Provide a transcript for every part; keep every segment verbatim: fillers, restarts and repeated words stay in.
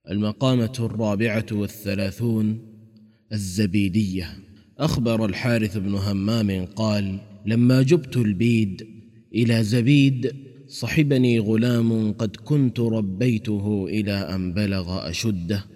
المقامة الرابعة والثلاثون. الزبيدية. أخبر الحارث بن همام قال: لما جبت البيد إلى زبيد صحبني غلام قد كنت ربيته إلى أن بلغ أشده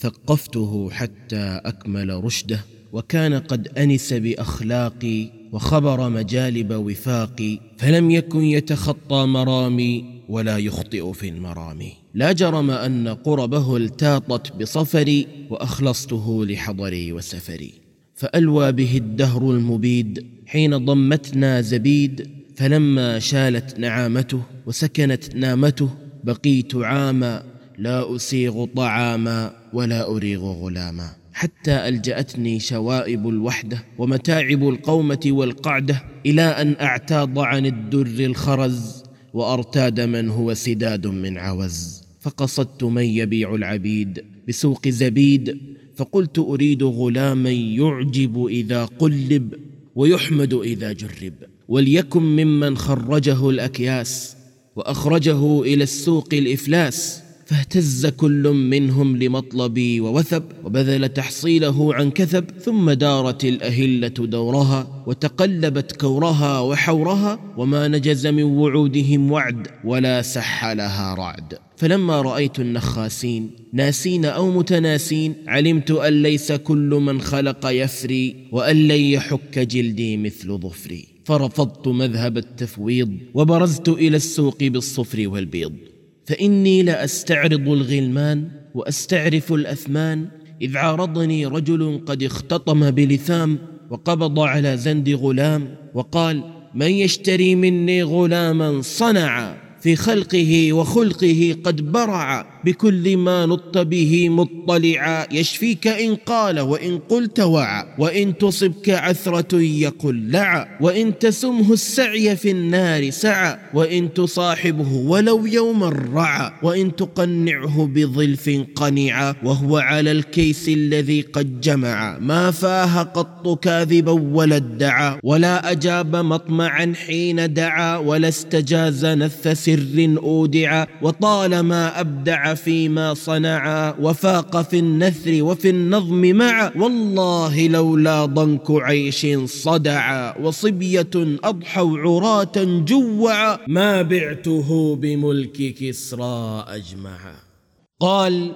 وثقفته حتى أكمل رشده، وكان قد أنس بأخلاقي وخبر مجالب وفاقي، فلم يكن يتخطى مرامي ولا يخطئ في المرام. لا جرم أن قربه التاطت بصفري وأخلصته لحضري وسفري، فألوى به الدهر المبيد حين ضمتنا زبيد، فلما شالت نعامته وسكنت نامته بقيت عاما لا أسيغ طعاما ولا أريغ غلاما، حتى ألجأتني شوائب الوحدة ومتاعب القومة والقعدة إلى أن أعتاض عن الدر الخرز وأرتاد من هو سداد من عوز، فقصدت من يبيع العبيد بسوق زبيد، فقلت أريد غلاما يعجب إذا قلب ويحمد إذا جرب، وليكن ممن خرجه الأكياس وأخرجه إلى السوق الإفلاس، فاهتز كل منهم لمطلبي ووثب وبذل تحصيله عن كثب، ثم دارت الأهلة دورها وتقلبت كورها وحورها، وما نجز من وعودهم وعد ولا سح لها رعد. فلما رأيت النخاسين ناسين أو متناسين علمت أن ليس كل من خلق يفري، وأن لن يحك جلدي مثل ظفري، فرفضت مذهب التفويض وبرزت إلى السوق بالصفر والبيض. فإني لأستعرض الغلمان وأستعرف الأثمان، إذ عارضني رجل قد اختطم بلثام وقبض على زند غلام وقال: من يشتري مني غلاما صنع في خلقه وخلقه قد برع، بكل ما نط به مطلعا، يشفيك إن قال وإن قلت وعى، وإن تصبك عثرة يقل لعى، وإن تسمه السعي في النار سعى، وإن تصاحبه ولو يوما رعى، وإن تقنعه بظلف قنعا، وهو على الكيس الذي قد جمع، ما فاه قط كاذبا ولا ادعى، ولا أجاب مطمعا حين دعا، ولا استجاز نث سر أودعا، وطالما أبدع فيما صنعا، وفاق في النثر وفي النظم معا، والله لولا ضنك عيش صدعا، وصبية أضحوا عراة جوعا، ما بعته بملك كسرى أجمعا. قال: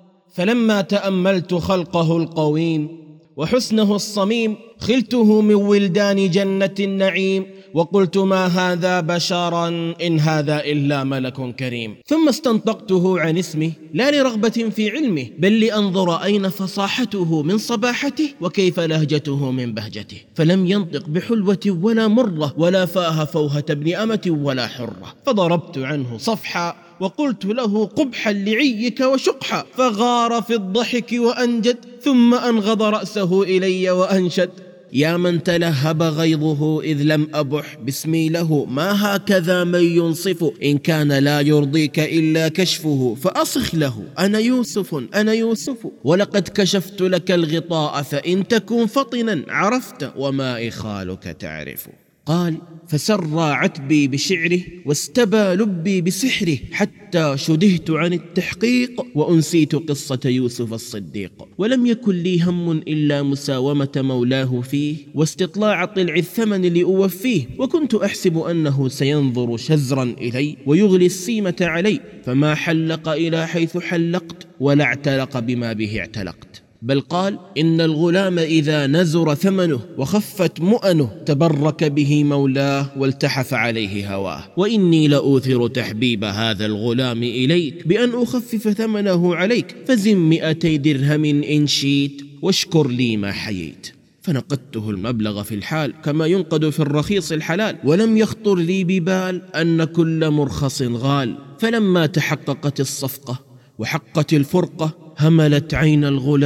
فلما تأملت خلقه القويم وحسنه الصميم، خلته من ولدان جنة النعيم، وقلت ما هذا بشرا إن هذا إلا ملك كريم. ثم استنطقته عن اسمه لا لرغبة في علمه، بل لأنظر أين فصاحته من صباحته وكيف لهجته من بهجته، فلم ينطق بحلوة ولا مرة، ولا فاه فوهة ابن أمة ولا حرة، فضربت عنه صفحا وقلت له قبحا لعيك وشقحا، فغار في الضحك وأنجد، ثم أنغض رأسه إلي وأنشد: يا من تلهب غيظه إذ لم أبح باسمي له، ما هكذا من ينصف إن كان لا يرضيك إلا كشفه، فأصخ له أنا يوسف أنا يوسف، ولقد كشفت لك الغطاء فإن تكن فطنا عرفت وما إخالك تعرف. قال: فسرى عتبي بشعره واستبى لبي بسحره، حتى شدهت عن التحقيق وأنسيت قصة يوسف الصديق، ولم يكن لي هم إلا مساومة مولاه فيه واستطلاع طلع الثمن لأوفيه، وكنت أحسب أنه سينظر شزرا إلي ويغلي السيمة علي، فما حلق إلى حيث حلقت ولا اعتلق بما به اعتلقت، بل قال: إن الغلام إذا نزر ثمنه وخفت مؤنه تبرك به مولاه والتحف عليه هواه، وإني لأوثر تحبيب هذا الغلام إليك بأن أخفف ثمنه عليك، فزن مئتي درهم إن شئت واشكر لي ما حييت. فنقدته المبلغ في الحال كما ينقد في الرخيص الحلال، ولم يخطر لي ببال أن كل مرخص غال. فلما تحققت الصفقة وحقت الفرقة هملت عين الغلام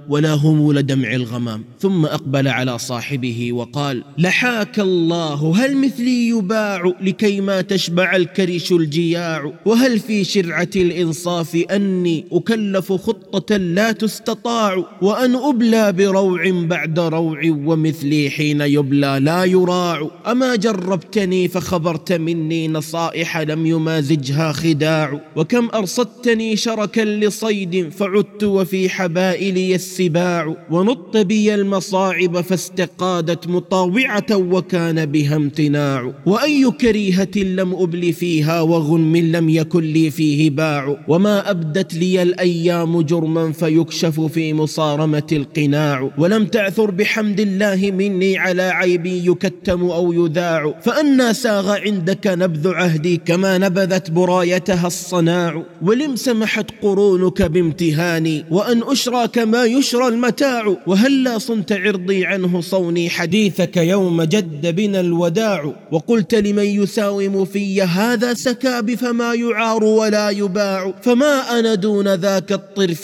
ولا همول دمع الغمام. ثم أقبل على صاحبه وقال: لحاك الله، هل مثلي يباع لكي ما تشبع الكرش الجياع؟ وهل في شرعة الإنصاف أني أكلف خطة لا تستطاع، وأن أبلى بروع بعد روع، ومثلي حين يبلى لا يراع؟ أما جربتني فخبرت مني نصائح لم يمازجها خداع، وكم أرصدتني شركا لصيد فعدت وفي حبائلي السباع، ونط بي المصاعب فاستقادت مطاوعة وكان بها امتناع، وأي كريهة لم أبل فيها وغنم لم يكن لي فيه باع، وما أبدت لي الأيام جرما فيكشف في مصارمة القناع، ولم تعثر بحمد الله مني على عيبي يكتم أو يذاع، فأنا ساغ عندك نبذ عهدي كما نبذت برايتها الصناع، ولم سمحت قرونك بامتهاني وأن أشرى كما يشرى المتاع، وهلا صنت عرضي عنه صوني حديثك يوم جد بنا الوداع، وقلت لمن يساوم في هذا سكاب فما يعار ولا يباع، فما أنا دون ذاك الطرف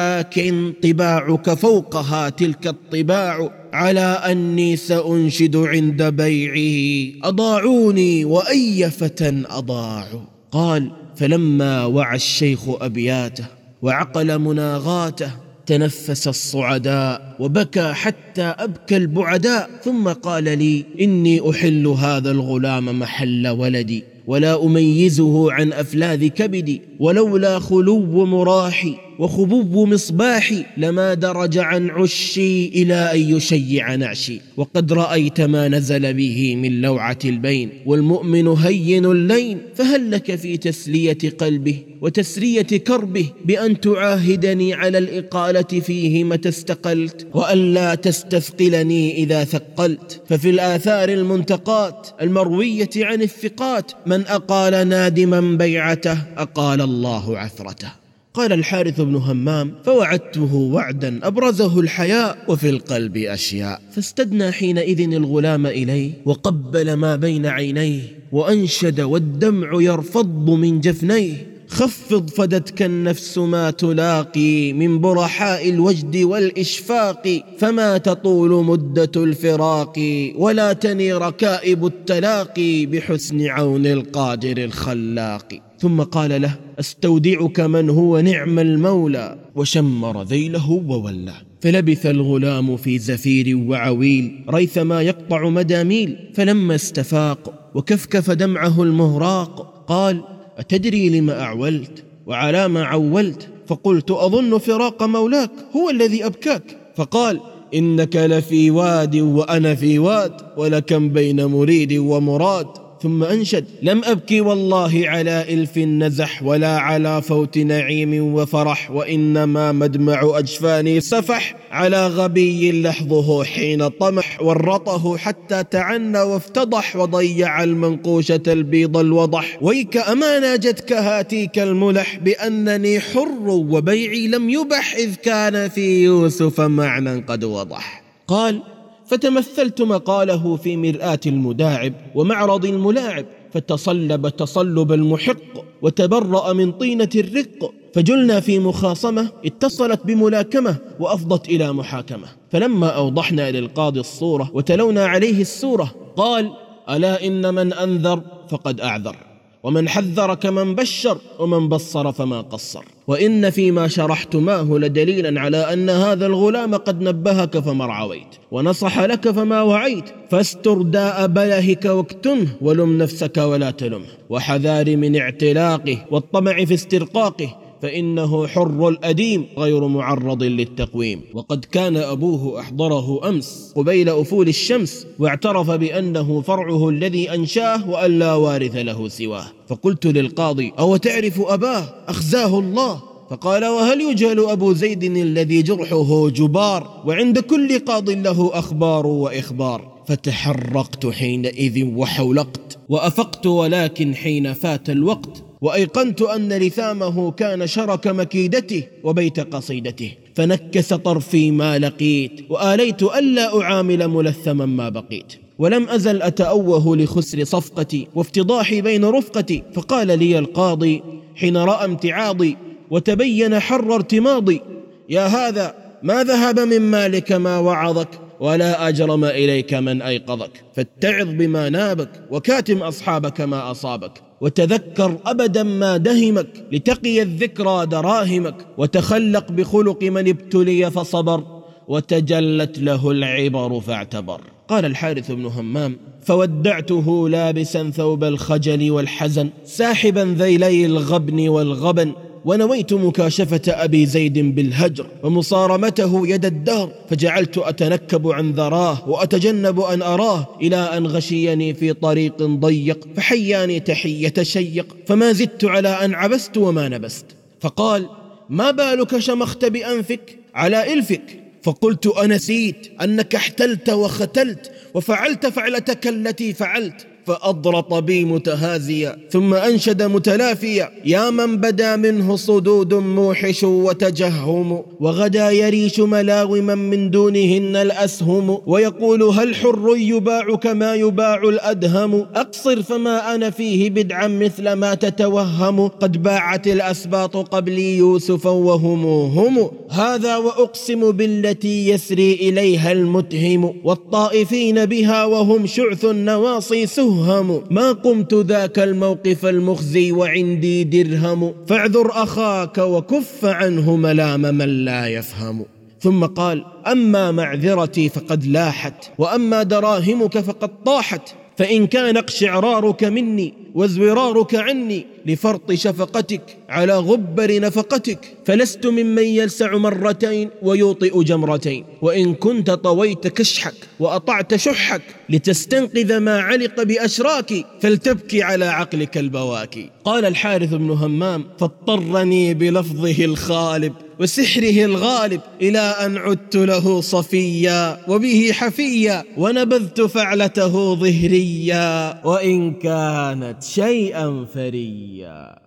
لكن طباعك فوقها تلك الطباع، على أني سأنشد عند بيعه أضاعوني وأي فتى أضاعوا. قال: فلما وعى الشيخ أبياته وعقل مناغاته تنفس الصعداء وبكى حتى أبكى البعداء، ثم قال لي: إني أحل هذا الغلام محل ولدي، ولا أميزه عن أفلاذ كبدي، ولولا خلو مراحي وخبوب مصباحي لما درج عن عشي إلى أن يشيع نعشي، وقد رأيت ما نزل به من لوعة البين، والمؤمن هين اللين، فهل لك في تسلية قلبه وتسرية كربه بأن تعاهدني على الإقالة فيه متى استقلت، وأن لا تستثقلني إذا ثقلت، ففي الآثار المنتقات المروية عن الثقات من أقال نادما بيعته أقال الله عثرته. قال الحارث بن همام: فوعدته وعدا أبرزه الحياء وفي القلب أشياء، فاستدنى حينئذ الغلام إليه وقبل ما بين عينيه وأنشد والدمع يرفض من جفنيه: خفض فدتك النفس ما تلاقي من برحاء الوجد والإشفاق، فما تطول مدة الفراق ولا تني ركائب التلاقي بحسن عون القادر الخلاق. ثم قال له: أستودعك من هو نعم المولى، وشمر ذيله وولى. فلبث الغلام في زفير وعويل ريثما يقطع مداميل، فلما استفاق وكفكف دمعه المهراق قال: أتدري لما أعولت وعلى ما عولت؟ فقلت: أظن فراق مولاك هو الذي أبكاك. فقال: إنك لفي واد وأنا في واد، ولكم بين مريد ومراد. ثم أنشد: لم أبكي والله على إلف النزح، ولا على فوت نعيم وفرح، وإنما مدمع أجفاني سفح على غبي لحظه حين طمح، ورطه حتى تعنى وافتضح، وضيع المنقوشة البيض الوضح. ويك أما ناجتك هاتيك الملح بأنني حر وبيعي لم يبح، إذ كان في يوسف معنى قد وضح. قال: فتمثلت مقاله في مرآة المداعب ومعرض الملاعب، فتصلب تصلب المحق وتبرأ من طينة الرق، فجلنا في مخاصمة اتصلت بملاكمة وأفضت إلى محاكمة. فلما أوضحنا للقاضي الصورة وتلونا عليه السورة قال: ألا إن من أنذر فقد أعذر، ومن حذر كمن بشر، ومن بصر فما قصر، وإن فيما شرحتماه لدليلا على أن هذا الغلام قد نبهك فما رعويت، ونصح لك فما وعيت، فاستر داء بلهك واكتمه، ولم نفسك ولا تلمه، وحذار من اعتلاقه والطمع في استرقاقه، فإنه حر الأديم غير معرض للتقويم. وقد كان أبوه أحضره أمس قبيل أفول الشمس، واعترف بأنه فرعه الذي أنشاه وأن لا وارث له سواه. فقلت للقاضي: أو تعرف أباه أخزاه الله؟ فقال: وهل يجهل أبو زيد الذي جرحه جبار، وعند كل قاض له أخبار وإخبار. فتحرقت حينئذ وحولقت وأفقت، ولكن حين فات الوقت وأيقنت أن لثامه كان شرك مكيدته وبيت قصيدته، فنكس طرفي ما لقيت، وآليت ألا أعامل ملثما ما بقيت. ولم أزل أتأوه لخسر صفقتي وافتضاحي بين رفقتي. فقال لي القاضي حين رأى امتعاضي وتبين حر ارتماضي: يا هذا ما ذهب من مالك ما وعظك، ولا أجرم إليك من أيقظك. فاتعظ بما نابك، وكاتم أصحابك ما أصابك، وتذكر أبدا ما دهمك، لتقي الذكرى دراهمك، وتخلق بخلق من ابتلي فصبر، وتجلت له العبر فاعتبر. قال الحارث بن همام: فودعته لابسا ثوب الخجل والحزن، ساحبا ذيلي الغبن والغبن، ونويت مكاشفة أبي زيد بالهجر، ومصارمته يد الدهر، فجعلت أتنكب عن ذراه، وأتجنب أن أراه، إلى أن غشيني في طريق ضيق، فحياني تحية شيق، فما زدت على أن عبست وما نبست. فقال: ما بالك شمخت بأنفك على إلفك؟ فقلت: أنسيت أنك احتلت وختلت، وفعلت فعلتك التي فعلت. فأضرط بي متهازيا، ثم أنشد متلافيا: يا من بدا منه صدود موحش وتجهم، وغدا يريش ملاوما من دونهن الأسهم، ويقول: هل حر يباع كما يباع الأدهم؟ أقصر فما أنا فيه بدعا مثل ما تتوهم، قد باعت الأسباط قبلي يوسفا وهم هم، هذا وأقسم بالتي يسري إليها المتهم، والطائفين بها وهم شعث النواصي سهم، ما قمت ذاك الموقف المخزي وعندي درهم، فاعذر أخاك وكف عنه ملام من لا يفهم. ثم قال: أما معذرتي فقد لاحت، وأما دراهمك فقد طاحت، فإن كان اقشعرارك مني وازورارك عني لفرط شفقتك على غبر نفقتك، فلست ممن يلسع مرتين ويوطئ جمرتين، وإن كنت طويت كشحك وأطعت شحك لتستنقذ ما علق بأشراك، فلتبكي على عقلك البواكي. قال الحارث بن همام: فاضطرني بلفظه الخالب وسحره الغالب إلى أن عدت له صفيا وبه حفيا، ونبذت فعلته ظهريا وإن كانت شيئا فريا.